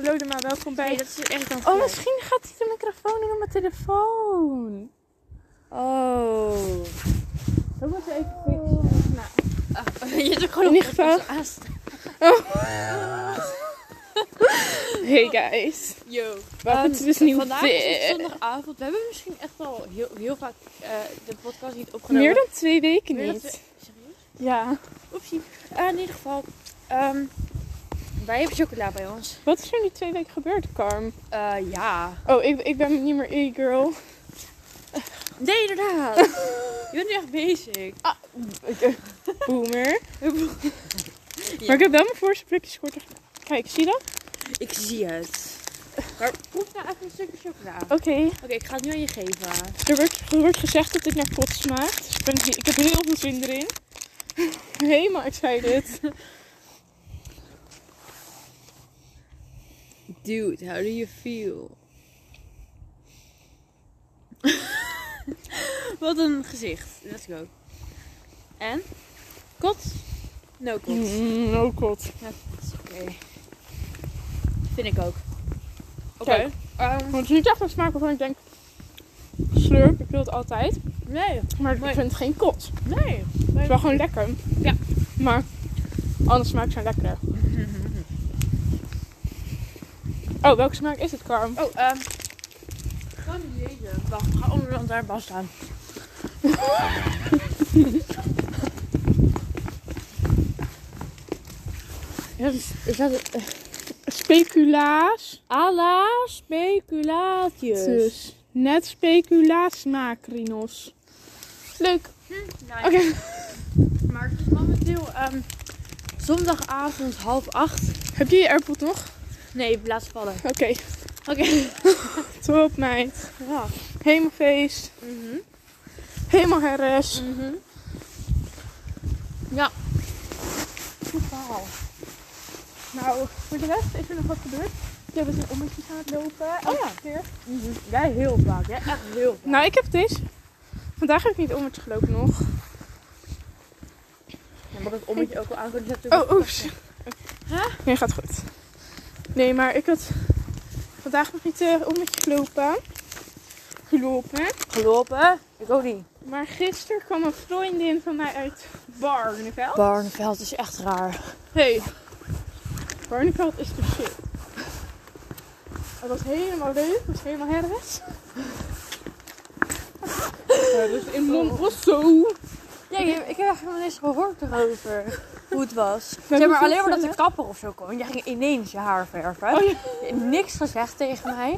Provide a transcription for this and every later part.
Lodema, welkom bij... Nee, dat is echt dan Oh, misschien gaat hij de microfoon in op mijn telefoon. Oh. Dat moet even fixen. Nou, Je hebt ook gewoon in ieder geval... Hey guys. Yo. Welkom to this nieuwe vandaag is het zondagavond. We hebben misschien echt al heel vaak de podcast niet opgenomen. Meer dan 2 weken Meer dan niet. Serieus? Ja. Oepsie. In ieder geval. Wij hebben chocola bij ons. Wat is er in die 2 weken gebeurd, Carm? Ja. Oh, ik ben niet meer e-girl. Nee, inderdaad. Je bent nu echt basic. Boomer. Ja. Maar ik heb wel mijn voorste blikjes korter gedaan. Kijk, zie je dat? Ik zie het. Maar proef nou even een stukje chocola. Oké. Oké, ik ga het nu aan je geven. Er wordt gezegd dat dit naar pot smaakt. Dus ik heb heel veel zin erin. Helemaal excited. Dude, how do you feel? Wat een gezicht. Let's go. En? Kot? No kot. No kot. Ja, dat is oké. Vind ik ook. Oké. Kijk, want het is niet echt een smaak waarvan ik denk... Slurp, ik wil het altijd. Nee. Maar ik vind het geen kot. Nee. Het is wel gewoon lekker. Ja. Maar andere smaken zijn lekkerder. Oh, welke smaak is het, Carm? Oh, ga niet lezen. Wacht, ga onderhand daar bas staan. Is dat het? Speculaas. Ala speculaatjes. Dus net speculaas smaakrinos. Leuk. Nice. Oké. Maar het is momenteel zondagavond 7:30. Heb je je AirPod nog? Nee, laat ze vallen. Oké. Oké. Top, meid. Ja. Helemaal feest. Helemaal herres. Ja. Goed verhaal. Nou, voor de rest is er nog wat gebeurd. Ik heb een ommetjes aan het lopen. Oh ja. Keer. Jij heel vaak. Jij echt heel vaak. Nou, ik heb deze. Vandaag heb ik niet ommetje gelopen nog. Dan mag ik het ommetje ook wel aan kunnen zetten. Oh, shit. Nee, gaat goed. Nee, maar ik had vandaag nog niet ommetje gelopen. Gelopen? Ik ook niet. Maar gisteren kwam een vriendin van mij uit Barneveld. Barneveld is echt raar. Hey, Barneveld is de shit. Het was helemaal leuk, het was helemaal herres. Ja, dus in Montrosso. Ja, ik heb echt helemaal niks gehoord erover. Hoe het was. Ja, Zeg maar dat alleen is maar dat wel, de kapper of zo kwam. En jij ging ineens je haar verven. Oh, ja. Je hebt niks gezegd tegen mij.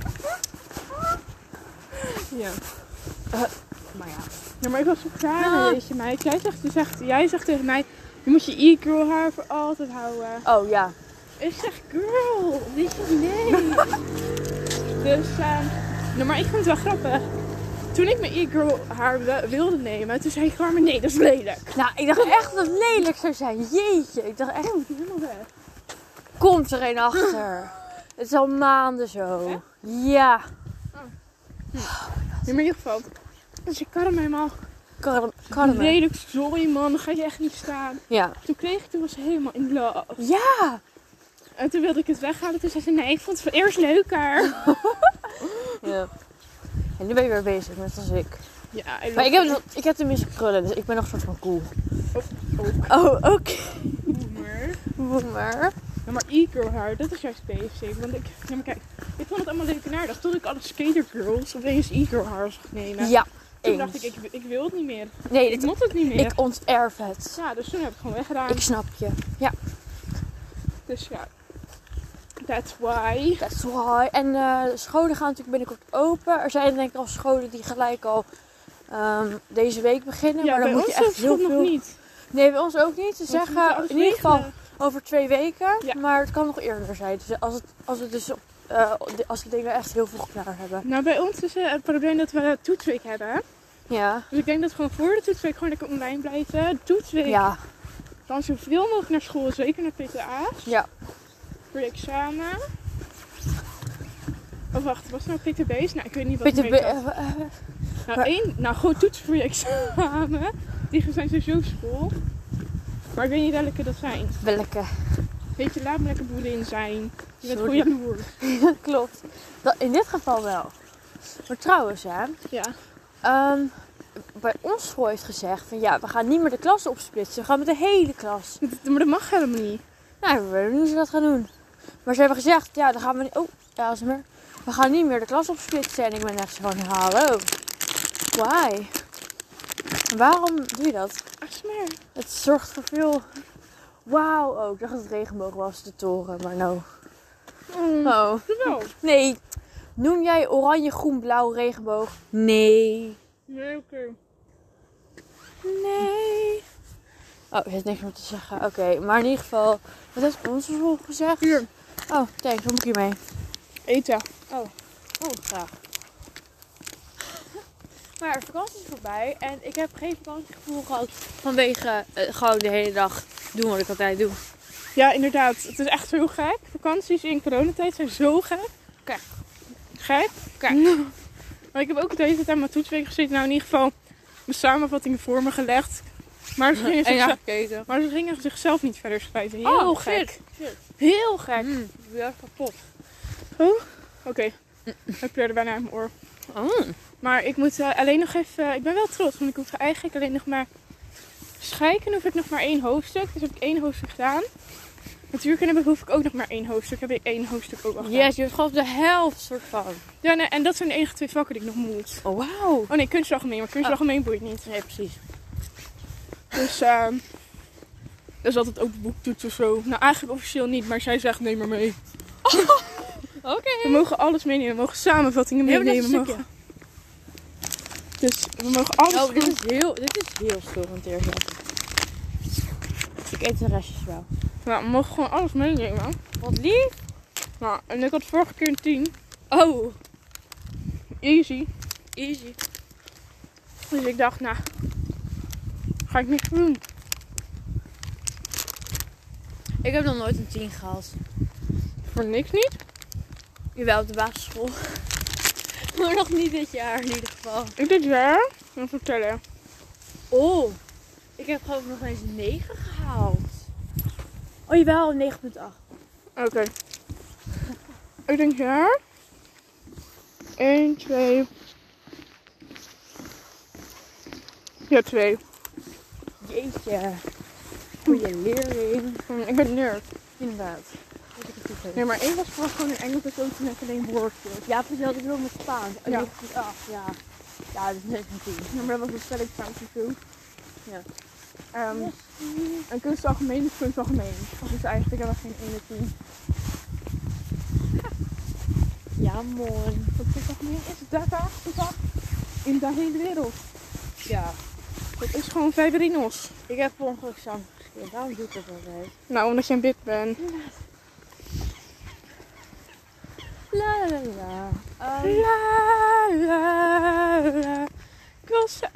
Ja. Maar ja. Ja, maar ik was zo klaar, weet je meid. Jij zegt tegen mij, je moet je e-girl haar voor altijd houden. Oh ja. Ik zeg, girl, weet je, nee. Dus, nou, maar ik vond het wel grappig. Toen ik mijn e-girl haar wilde nemen, toen zei ik gewoon, maar nee, dat is lelijk. Nou, ik dacht echt dat het lelijk zou zijn. Jeetje. Ik dacht echt, Oh, die is helemaal weg. komt er een achter. Het is al maanden zo. Echt? Ja. Ja, maar in ieder geval. Dus ik kan hem helemaal Karma. lelijk zooi, man. Dan ga je echt niet staan. Ja. Toen was ze helemaal in love. Ja. En toen wilde ik het weghalen. Toen zei ze, nee, ik vond het van eerst leuker. Ja. En nu ben je weer bezig, net als ik. Ja, Maar ik heb tenminste krullen, dus ik ben nog een soort van cool. Oh, Oh, oké. boomer. Ja, maar e-girl haar, dat is juist basic. Want maar kijk, ik vond het allemaal leuk en aardig. Tot ik alle skatergirls opeens e-girl haar zag nemen. Ja, Toen eens. dacht ik wil het niet meer. Nee, Ik moet het niet meer. ik onterf het. Ja, dus toen heb ik gewoon weggedaan. Ik snap je. Ja, Dus ja, that's why. that's why. En de scholen gaan natuurlijk binnenkort open. Er zijn denk ik al scholen die gelijk al deze week beginnen. Ja, maar dan bij moet je ons echt heel veel... nog niet. Nee, bij ons ook niet. Ze Want we moeten zeggen alles in ieder geval regelen. over 2 weken. Ja. Maar het kan nog eerder zijn. Dus als we dingen echt heel vroeg klaar hebben. Nou, bij ons is het probleem dat we toetsweek hebben. Ja. Dus ik denk dat we gewoon voor de toetsweek gewoon lekker online blijven. Toetsweek, Ja. dan zoveel mogelijk naar school, zeker naar PTA's. Ja. Voor je examen. Oh wacht, was het nou PTB's? Nou, ik weet niet wat Peter het heet. Nou, gewoon toetsen voor je examen. Die zijn sowieso op school. Maar ik weet niet welke dat zijn. welke? Weet je, laat me lekker boerin zijn. Je bent Sorry. gewoon jaloers. Dat klopt. In dit geval wel. Maar trouwens, hè. Ja. Bij ons school heeft gezegd van ja, we gaan niet meer de klas opsplitsen. We gaan met de hele klas. Maar dat mag helemaal niet. Nou, we weten niet hoe ze dat gaan doen. Maar ze hebben gezegd, ja, dan gaan we niet... Oh, ja, als maar. We gaan niet meer de klas opsplitsen. En ik ben echt zo van, hallo. Why? Waarom doe je dat? Asmer. Het zorgt voor veel... Wauw, oh, ik dacht dat het regenboog was, de toren, maar no. Oh. Wel. Nee. Noem jij oranje, groen, blauw, regenboog? Nee. Nee, oké. Nee. Oh, er is niks meer te zeggen. Oké, maar in ieder geval, wat heeft onze school gezegd? Hier. Oh, thanks, wat moet ik hiermee? Eten. Oh, graag. Maar de vakantie is voorbij en ik heb geen vakantiegevoel gehad vanwege gewoon de hele dag doen wat ik altijd doe. Ja, inderdaad. Het is echt heel gek. Vakanties in coronatijd zijn zo gek. Kijk. Gek? Kijk. Maar ik heb ook deze tijd aan mijn toetsweek gezeten. Nou, in ieder geval mijn samenvattingen voor me gelegd. Maar ze gingen, ze gingen zichzelf niet verder schrijven. Heel gek. Shit. Heel gek. Ik ben kapot. Oh, oké. Ik pleurde bijna uit mijn oor. Oh. Maar ik moet alleen nog even... Ik ben wel trots, want ik hoef eigenlijk alleen nog maar... Scheiken hoef ik nog maar 1 hoofdstuk. Dus heb ik 1 hoofdstuk gedaan. Natuurkunde hoef ik ook nog maar 1 hoofdstuk. Heb ik 1 hoofdstuk ook al gedaan. Yes, je hebt gewoon de helft soort van. Ja, nee, en dat zijn de enige 2 vakken die ik nog moet. Oh, wauw. Oh nee, kunstalgemeen. Maar kunstalgemeen boeit niet. Nee, precies. Dus dat is altijd open boektoets of zo. Nou, eigenlijk officieel niet, maar zij zegt neem maar mee. Oké. We mogen alles meenemen. We mogen samenvattingen meenemen. Dus we mogen alles... Oh, dit is heel storend eerst. Ik eet de restjes wel. Nou, we mogen gewoon alles meenemen. Wat lief. Nou, en ik had vorige keer een 10. Oh. Easy. Easy. Dus ik dacht, nou, ga ik niks doen. Ik heb nog nooit een 10 gehaald. Voor niks niet? Jawel, op de basisschool. Maar nog niet dit jaar in ieder geval. Ik dit jaar? Dan vertellen. Oh. Ik heb geloof ik nog eens een 9 gehaald. Oh jawel, een 9,8. Oké. Ik denk ja. 1, 2. Ja, 2. Jeetje. Goeie leerling. Ik ben nerd. Inderdaad. Moet ik het toegeven. Nee, maar 1 was gewoon in Engels en zo toen ik alleen woordjes. Ja, precies. Ik wil met Spaans. Oh, Ja. 9,8. Ja. Ja, dat is 19. Ja, maar dat was een stellingsfoutje zo. Ja. En kunstalgemeen is kunstalgemeen. Dus eigenlijk hebben we geen 1 en 10. Ja, mooi. Wat kunstalgemeen is data toevallig in de hele wereld. Ja. Dat is gewoon 5 rinos. Ik heb per ongeluk samen geschreven. Waarom doe ik dat altijd? Nou, omdat je een bit bent. La la la. La la la. Ik wil zo.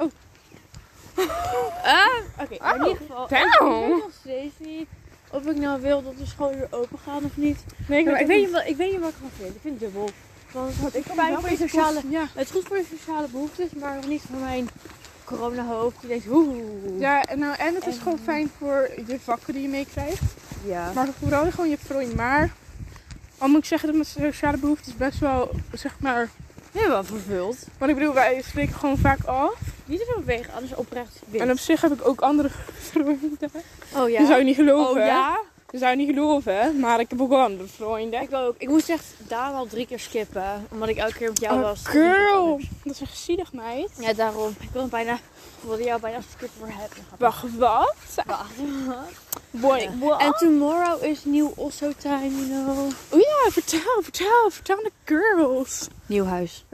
Oké, maar in ieder geval. damn. Ik weet nog steeds niet of ik nou wil dat de scholen weer open gaan of niet. Nee, Maar ik weet niet wat ik van vind. Ik vind het dubbel. Want het is fijn voor je sociale. Ja. Het is goed voor je sociale behoeftes, maar nog niet voor mijn corona-hoofd. Die denkt, oeh. Ja, en het is gewoon fijn voor de vakken die je meekrijgt. Ja. Maar vooral gewoon je vriend. Maar al moet ik zeggen dat mijn sociale behoeftes best wel, zeg maar... Nee, wel vervuld. Want ik bedoel, wij spreken gewoon vaak af. Niet te veel bewegen, anders oprecht wit. En op zich heb ik ook andere vrienden. Oh ja? Dat zou je niet geloven, Oh hè? ja? Dat zou je niet geloven, hè? Maar ik heb ook wel andere vrienden. Ik wil ook. Ik moest echt Daan al 3 keer skippen. Omdat ik elke keer met jou was. Girl! Dat is een gezielig meid. Ja, daarom. Ik wilde jou bijna skip voor hebben. Wacht, wat? Wacht. Boy, Ja. what? En tomorrow is nieuw Osso time, you know. Oh ja, vertel aan de girls. Nieuw huis.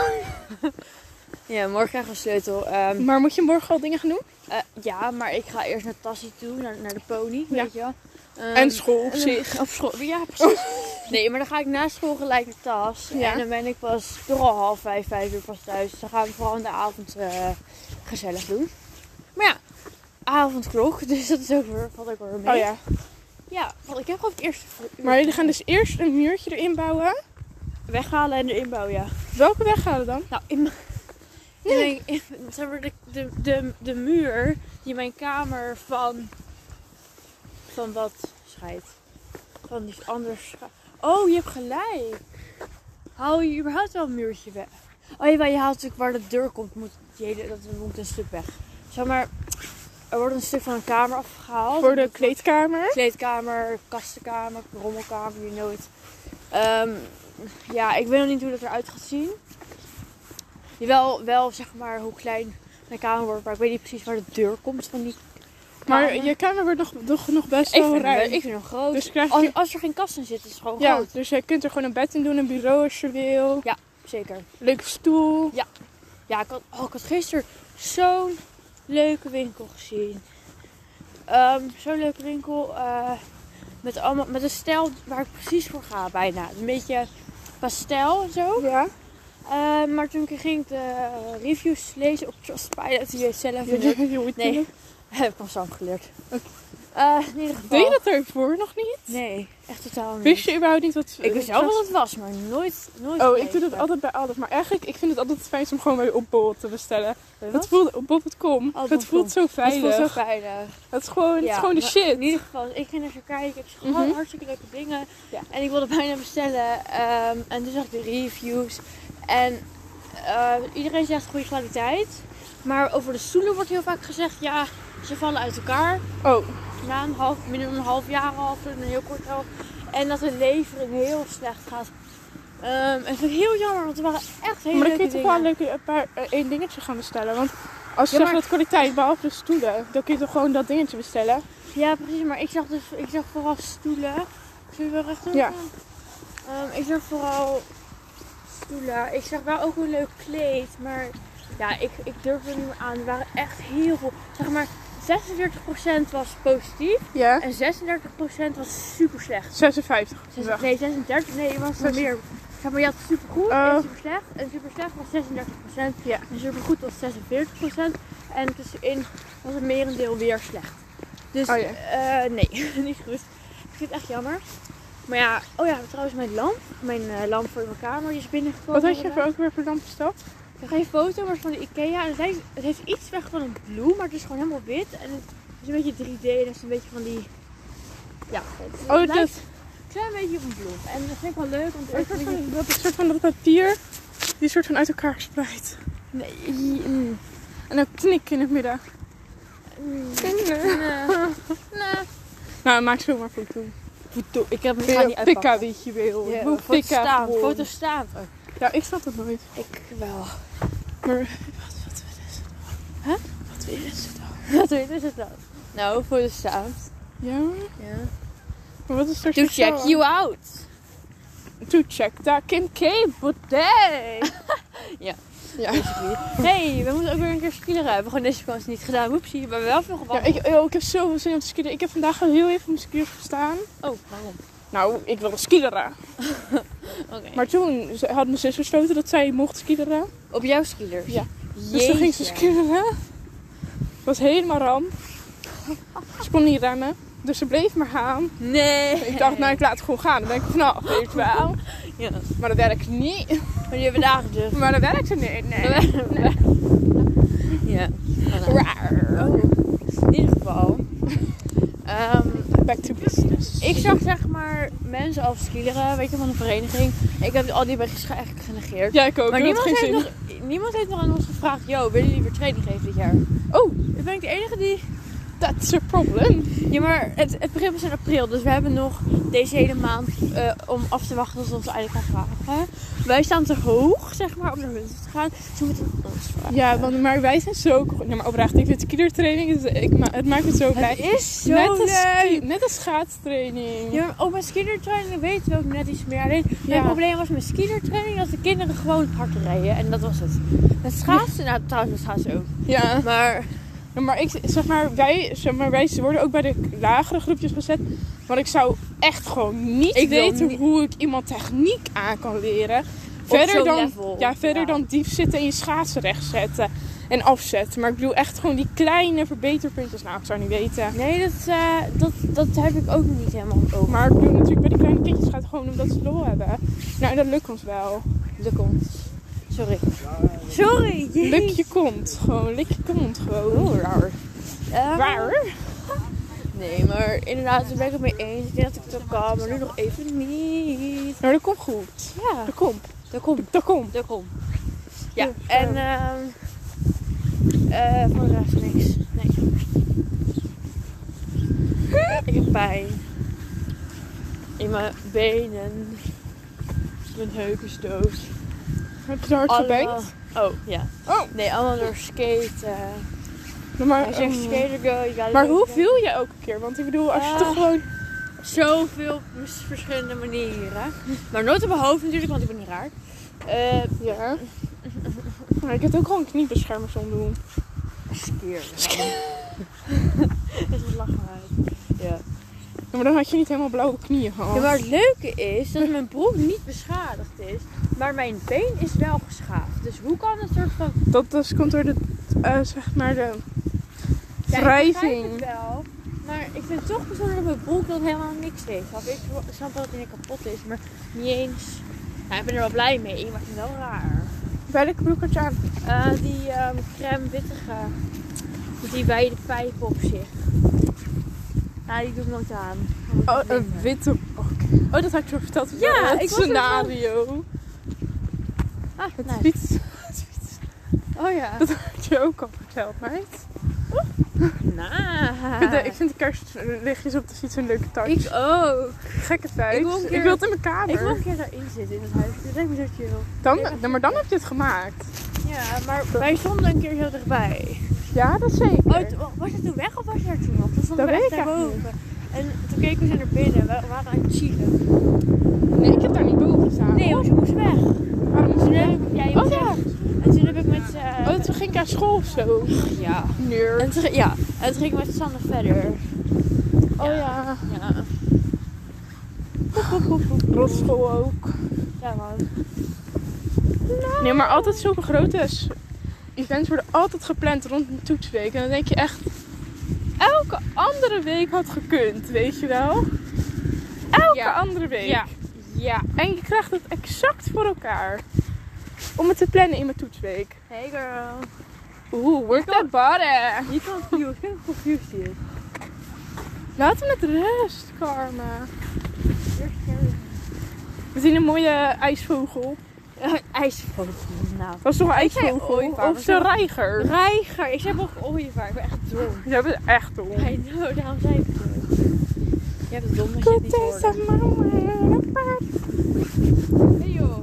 Ja, morgen krijgen we een sleutel. Maar moet je morgen al dingen gaan doen? Ja, maar ik ga eerst naar Tassie toe, naar de pony, Ja. weet je wel. En school op en zich. Op school, ja precies. Nee, maar dan ga ik na school gelijk naar Tas. Ja. En dan ben ik pas toch al 4:30, 5 uur pas thuis. Dus dan gaan we vooral in de avond gezellig doen. Maar ja, avondklok, dus dat is ook weer, valt ook weer mee. Oh ja. Ja, want ik heb gewoon het eerste Maar jullie gaan dus eerst een muurtje erin bouwen. weghalen en erin bouwen, ja. Welke weghalen dan? Nou, zeg maar de muur die mijn kamer van wat scheidt. van die anders. Oh, je hebt gelijk. Haal je überhaupt wel een muurtje weg? Oh ja, je haalt natuurlijk waar de deur komt, moet een stuk weg. Zeg maar, er wordt een stuk van een kamer afgehaald. Voor de kleedkamer. Kleedkamer, kastenkamer, rommelkamer, you know it. Ja, ik weet nog niet hoe dat eruit gaat zien. Wel zeg maar hoe klein mijn kamer wordt, maar ik weet niet precies waar de deur komt van die kamer. Maar je kamer wordt nog best wel ruim. Ik vind hem groot. Dus krijg je... als er geen kast in zit, is het gewoon Ja, groot. dus je kunt er gewoon een bed in doen, een bureau als je wil. Ja, zeker. Leuke stoel. Ja, ik had gisteren zo'n leuke winkel gezien. Zo'n leuke winkel met een stijl waar ik precies voor ga bijna. Een beetje pastel en zo. Ja. Maar toen ging ik de reviews lezen op Trustpilot. Die zelf Nee. Nee, heb ik van Sam geleerd. Oké. In ieder geval. Deed je dat ervoor nog niet? Nee, echt totaal niet. Wist je überhaupt niet wat... Ik wist wel wat het was, maar nooit Oh, ik gelezen. doe dat altijd bij alles. Maar eigenlijk, ik vind het altijd fijn om gewoon bij op bol te bestellen. Wat? Het voelt op bol.com. Het voelt zo Het veilig. voelt zo veilig. Het is gewoon de maar shit. In ieder geval, ik ging naar zo kijken. Ik zag gewoon hartstikke leuke dingen. Ja. En ik wilde bijna bestellen. En toen zag ik de reviews. En iedereen zegt goede kwaliteit. Maar over de stoelen wordt heel vaak gezegd, ja, ze vallen uit elkaar. Oh, Na minder dan een half jaar al, of een heel kort al. En dat de levering heel slecht gaat. En dat vind ik heel jammer, want er waren echt hele maar dan leuke kun je toch dingen. wel één dingetje gaan bestellen. Want als je Ja, zegt maar- dat kwaliteit, behalve de stoelen, dan kun je toch gewoon dat dingetje bestellen. Ja, precies, maar ik zag vooral stoelen. Zullen we wel recht doen? Ja. Ik zag vooral stoelen. Ik zag wel ook een leuk kleed, maar ja, ik durfde er niet meer aan. Er waren echt heel veel. Zeg maar, 46% was positief Ja. en 36% was super slecht. 56. Nee, 36, nee, het was nog meer. Zeg maar, je had supergoed en super slecht. En super slecht was 36%. Ja. En supergoed was 46%. En tussenin was het merendeel weer slecht. Dus Oh ja. nee, niet goed. Ik vind het echt jammer. Maar ja, oh ja, trouwens mijn lamp voor in mijn kamer, die is binnengekomen. Wat had je ook weer voor lamp besteld? Ik heb geen foto, maar het is van de Ikea. En het heeft iets weg van een bloem, maar het is gewoon helemaal wit. En het is een beetje 3D en het is een beetje van die... Ja, het lijkt een klein beetje op een bloem. En dat vind ik wel leuk, want Een soort van, dat is een soort van dat papier, die soort van uit elkaar gespreid. Nee. En een knik in het midden. Nou, maak zo maar foto. Ik ga niet uitpakken. Pikka wie je wil. Ja, Hoe foto's pikka staan. gewoon. Foto's staan. Ja, ik snap het nooit. Ik wel. Maar wat willen ze dan? Huh? Wat willen ze dan? Wat is het dan? Nou, foto's staan. Ja? Ja. Maar wat is er To speciaal check aan? you out. To check that Kim K. Baudet. Ja. Ja. Hey, we moeten ook weer een keer skileren. We hebben gewoon deze vakantie niet gedaan. Hoepsie, we hebben wel veel Ja, gewandeld. ik heb zoveel zin om te skiën. Ik heb vandaag al heel even op mijn skiers gestaan. Oh, waarom? Nou, ik wilde skileren. Oké. Maar toen had mijn zus besloten dat zij mocht skileren. Op jouw skilers? Ja. Dus toen ging ze skileren. Het was helemaal ram. Ze kon niet remmen. Dus ze bleef maar gaan. Nee. Ik dacht, nou ik laat het gewoon gaan. Dan ben ik vanaf, weet je wel. Ja. Maar dat werkt niet. Maar die hebben dagen dus. Maar dat werkte niet. Nee. Ja. Raar. Oh. In ieder geval. Back to business. Ik zag zeg maar mensen al skileren, weet je, van een vereniging. Ik heb al die berichtjes eigenlijk genegeerd. Ja, ik ook. Maar Ik had geen zin. niemand heeft nog aan ons gevraagd, yo, willen jullie weer training geven dit jaar? Oh, Ik ben ik de enige die... that's a problem. Ja, maar het begint pas in april, dus we hebben nog deze hele maand om af te wachten tot ze ons eigenlijk gaan vragen. Wij staan te hoog, zeg maar, om naar hun te gaan. Ze moeten ons vragen. Ja, maar wij zijn zo... Nou, maar oprecht, ik vind skiertraining, het maakt me zo blij. Het is zo Net als leuk. net als schaatstraining. Ja, maar ook met skiertraining weten we ook net iets meer. Alleen mijn Ja. probleem was met skiertraining dat de kinderen gewoon hard rijden. En dat was het. Met schaatsen, nou trouwens met schaatsen ook. Ja. Maar Ja, maar wij worden ook bij de lagere groepjes gezet. Want ik zou echt gewoon niet Ik wil weten niet- hoe ik iemand techniek aan kan leren. zo'n level, Verder ja. dan diep zitten en je schaatsen recht zetten en afzetten. Maar ik bedoel echt gewoon die kleine verbeterpuntjes. Nou, ik zou niet weten. nee, dat heb ik ook niet helemaal over. Maar ik bedoel natuurlijk bij die kleine kindjes gaat het gewoon omdat ze lol hebben. Nou, dat lukt ons wel. De kont. Sorry. Sorry. Jezus. Lik je kont. Gewoon, lik je kont gewoon. Oh, raar. Waar? Nee, maar inderdaad, daar ben ik het mee eens. Ik denk dat ik het ook kan, maar nu nog even niet. Nou, dat komt goed. Ja, Dat komt. dat komt. Dat komt. Dat komt. Ja, Ja, en voor de rest niks. Nee. Ik heb pijn. In mijn benen. Mijn heup is dood. Heb je daar hard gebankt? Oh, ja. Oh. Nee, allemaal door skaten. Maar, Hij zegt skater girl, you gotta maar go hoe skaten. viel je elke keer? Want ik bedoel, als je toch gewoon... Zoveel verschillende manieren. Maar nooit op mijn hoofd natuurlijk, want ik ben niet raar. Ja. Maar ik heb ook gewoon kniebeschermers om doen. Skeer. Dat is wat lachen uit. Ja. Ja, maar dan had je niet helemaal blauwe knieën gehad. Ja, maar het leuke is dat mijn broek niet beschadigd is. Maar mijn been is wel geschaafd. Dus hoe kan het soort van... Dat dus komt door de, zeg maar de Ja, ik wrijving. begrijp het wel. Maar ik vind het toch bijzonder dat mijn broek dan helemaal niks heeft. Ik snap wel dat hij niet kapot is, maar niet eens... Nou, ik ben er wel blij mee, maar het is wel raar. Welke broek had je aan? Die crème wittige. Met die wijde pijpen op zich. Ja, die doe ik nooit aan. Oh, een witte... Oh, dat had je me verteld. Ja, het ik was scenario. Ah, Het nice. fiets. Oh ja. Dat had je ook al verteld, meid. Nou. Ik vind de kerstlichtjes op de fiets een leuke touch. Ik ook. Gekke tijd. Ik wil een keer- Ik wil het in mijn kamer. Ik wil een keer daarin zitten in het huis. Dat lijkt me zo chill. Dan, maar dan heb je het gemaakt. Ja, maar wij stonden een keer zo dichtbij. Ja, dat zeker. Was je toen weg of was je daar toen nog? Toen stonden Dat we weet echt ik daarboven. En toen keken we zo naar binnen. We waren aan het chillen. Nee, ik heb daar niet boven gestaan. Nee, want je moest weg. Waarom moest Toen je heb weg? ik, ja, je Oh moest ja. weg. En toen heb ik met... Oh, toen ging ik naar school of zo. Ja. Nerd. En toen ging ik met Sanne verder. Oh ja. Ja. Rotschool ook. Ja, man. Nee, maar altijd zulke grote events worden altijd gepland rond een toetsweek. En dan denk je echt... Elke andere week had gekund, weet je wel? Elke andere week. Ja. Ja. En je krijgt het exact voor elkaar. Om het te plannen in mijn toetsweek. Hey girl. Oeh, work that body. Je kan confused. Ik ben confused hier. Laten we met rust, Karma. We zien een mooie ijsvogel. IJsvogel. Nou. Dat is toch een Ik zei ijsvogel? ooievaar, Of is het een reiger? Reiger. Ik zeg ook ooievaar. Ik ben echt dom. Je bent echt dom. I know, daarom zei ik het ook. Je hebt het dom dat je het niet hoorde. Hey joh.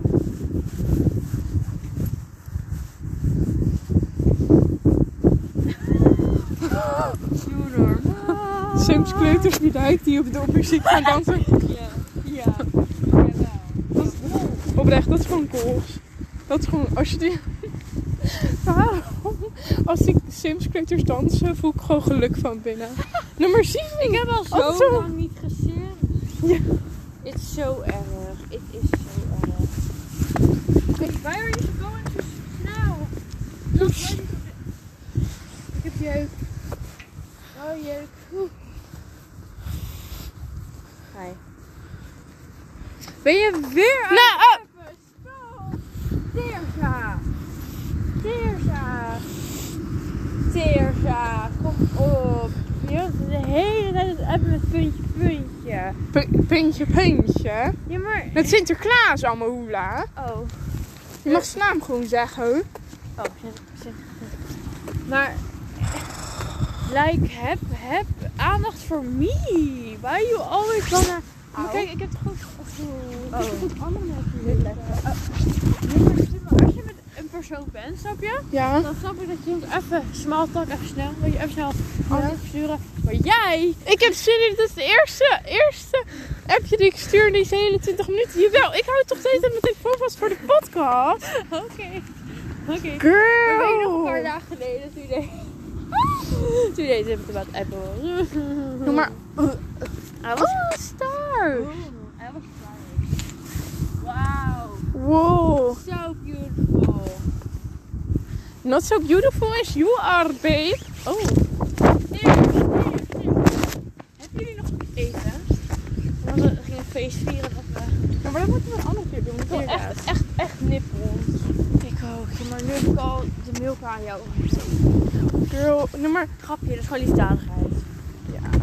Doe normaal. Sims kleuters die op de muziek gaan dansen. Ja. Ja. Jawel. Oprecht, dat is gewoon goals. Dat is gewoon, als je die... Waarom? Als die Sims kleuters dansen, voel ik gewoon geluk van binnen. Nummer 7. Ik heb al Oh, zo zo. lang niet gezien. Ja. Het is zo erg. Het is zo erg. Why are you going so snel? Ik heb jeuk. Oh, jeuk. Hi. Ben je weer aan Nou, het Stop! Teerza! Teerza! Teerza, kom op. Je wilt de hele tijd het appen met puntje. Puntje. Ja, maar... Met Sinterklaas, Amahoula. Oh. Je mag zijn naam gewoon zeggen. Oh, zit. Maar... Like, heb aandacht voor me. Why you always gonna... Maar kijk, ik heb het goed. Oh. Ik heb het andere net. Als je met een persoon bent, snap je? Ja. Dan snap ik dat je moet even small talk, even snel. Dat je even snel antwoord sturen. Maar jij... Ik heb zin in, dat is de eerste appje die ik stuur in deze hele 20 minuten. Jawel, ik hou toch steeds met mijn telefoon vast voor de podcast. Oké. Girl. Maar weet je nog een paar dagen geleden toen deed ze het wat Apple. Doe maar. Hij was gestart. Hij was gestart. Wauw. Wow. So beautiful. Not so beautiful as you are, babe. Oh. Hebben jullie nog eten? Want we gingen feest vieren. Ja, maar dat moeten we een andere keer doen. Ik wil Inderdaad. echt nippels. Ik ook. Ja, maar nu heb ik al de milk aan jou. Girl, noem maar. Grapje, dat is gewoon liefdadigheid. Ja. No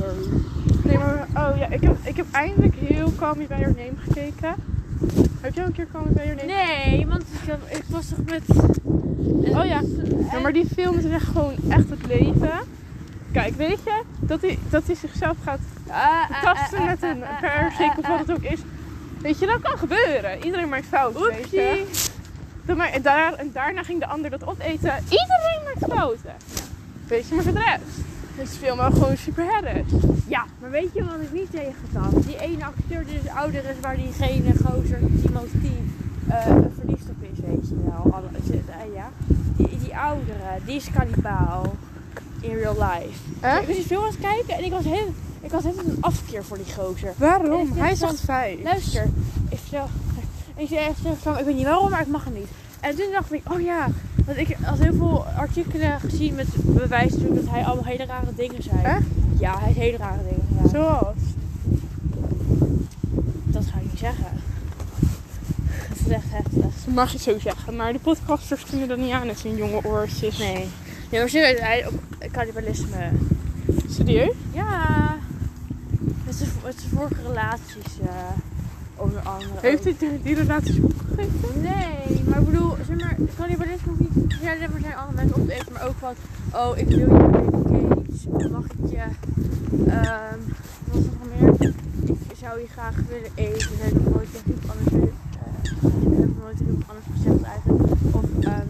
Nee, maar... Oh ja, ik heb eindelijk heel Call Me By Your Name gekeken. Heb jij een keer Call Me By Your Name? Nee, want ik was toch met... Oh ja. Ja, maar die film is echt gewoon echt het leven. Kijk, weet je? Dat hij zichzelf gaat kasten met een perzik of wat het ook is. Weet je, dat kan gebeuren. Iedereen maakt fouten, weet je. En daarna ging de ander dat opeten. Iedereen maakt fouten. Weet je, maar voor de rest is de film wel gewoon super herres. Ja, maar weet je wat ik niet tegen kan? Die ene acteur die dus ouder is, waar diegene gozer, Timothy, verliefd op is, weet je wel. Ja. Die oudere, die is kannibaal. In real life. Ik was die film aan het kijken en ik was helemaal een afkeer voor die gozer. Waarom? Hij is echt fijn. Luister, ik weet niet waarom, maar ik mag hem niet. En toen dacht ik, oh ja, want ik had heel veel artikelen gezien met bewijs dat hij allemaal hele rare dingen zei. Ja, hij heeft hele rare dingen gedaan. Zoals? Dat ga ik niet zeggen. Dat is echt heftig. Dat mag je zo zeggen, maar de podcasters kunnen dat niet aan met hun jonge oortjes. Nee. Ja, maar serieus, hij ook cannibalisme. Serieus? Ja. Met zijn vorige relaties, onder andere. Heeft hij die relaties opgegeven? Nee, maar ik bedoel, zeg maar, cannibalisme hoeft niet. Ja, er zijn andere mensen op te eten, maar ook van, oh, ik wil je baby cage, mag ik je, wat is er nog meer? Ik zou je graag willen eten, ik heb nog nooit tegen iemand anders, ik heb nooit tegen iemand anders gezegd eigenlijk. Of,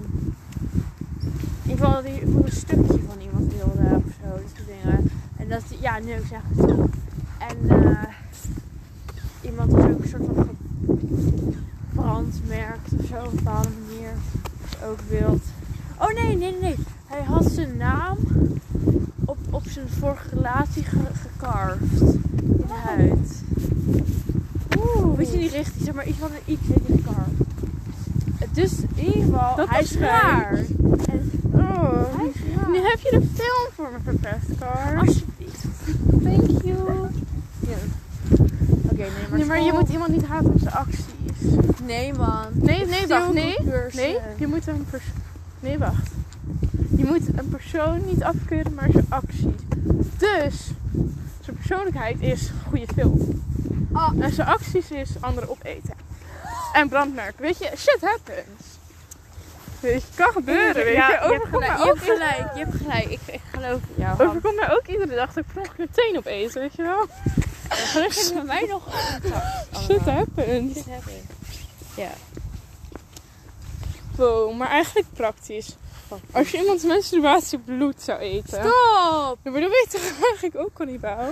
in ieder geval dat hij een stukje van iemand wilde of zo, dat soort dingen. En dat, ja, nu zeg ik het zo. En, iemand is ook een soort van gebrandmerkt of zo op een bepaalde manier. Dat is ook wild. Oh nee. Hij had zijn naam op zijn vorige relatie gecarved. In de huid. Oeh. Weet je die richting? Zeg maar iets van een iets heeft hij gecarved. Dus in ieder geval, dat hij is raar. Hij is raar. Nu heb je de film voor me verpest, Car. Alsjeblieft. Thank you. Ja. Oké, nee, maar je moet iemand niet haten op zijn acties. Nee, man. Nee, wacht. Nee, je moet Nee, wacht. Je moet een persoon niet afkeuren, maar zijn acties. Dus, zijn persoonlijkheid is goede film. En zijn acties is anderen opeten. En brandmerken. Weet je, shit happens. Weet je, kan gebeuren, weet je. Je hebt gelijk. Ik geloof in jou. Overkomt mij ook iedere dag dat ik nog een teen opeten, weet je wel. Gelukkig is het bij mij nog Shit happens. Ja. Wow, maar eigenlijk praktisch. Als je iemands menstruatie bloed zou eten. Stop! Ja, maar dan weet je toch eigenlijk ook kannibaal?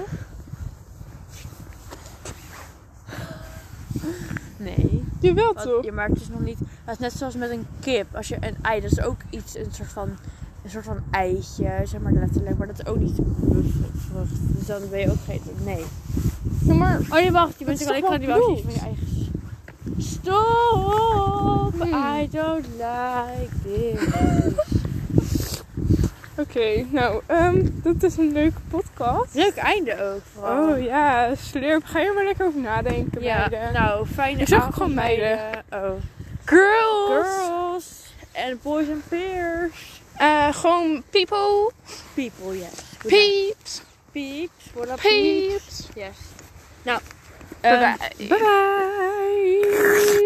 Nee. Jawel toch? Ja, maar het is nog niet... Het is net zoals met een kip. Als je een ei, dat is ook iets, een soort van eitje, zeg maar letterlijk. Maar dat is ook niet bevrucht. Dus dan ben je ook geen... Nee. Ja, maar... Oh nee, wacht. Je bent alleen kannibaal van je eigen... Stop! I don't like this. Oké, nou, dat is een leuke podcast. Leuk einde ook vooral. Oh ja, slurp. Ga je maar lekker over nadenken, ja, meiden. nou, fijne Ik zeg ook avond, gewoon meiden. Oh. Girls! En boys and peers. Gewoon people. People, yes. Peeps. Peeps. What up, Peeps. Yes. Nou, Bye bye.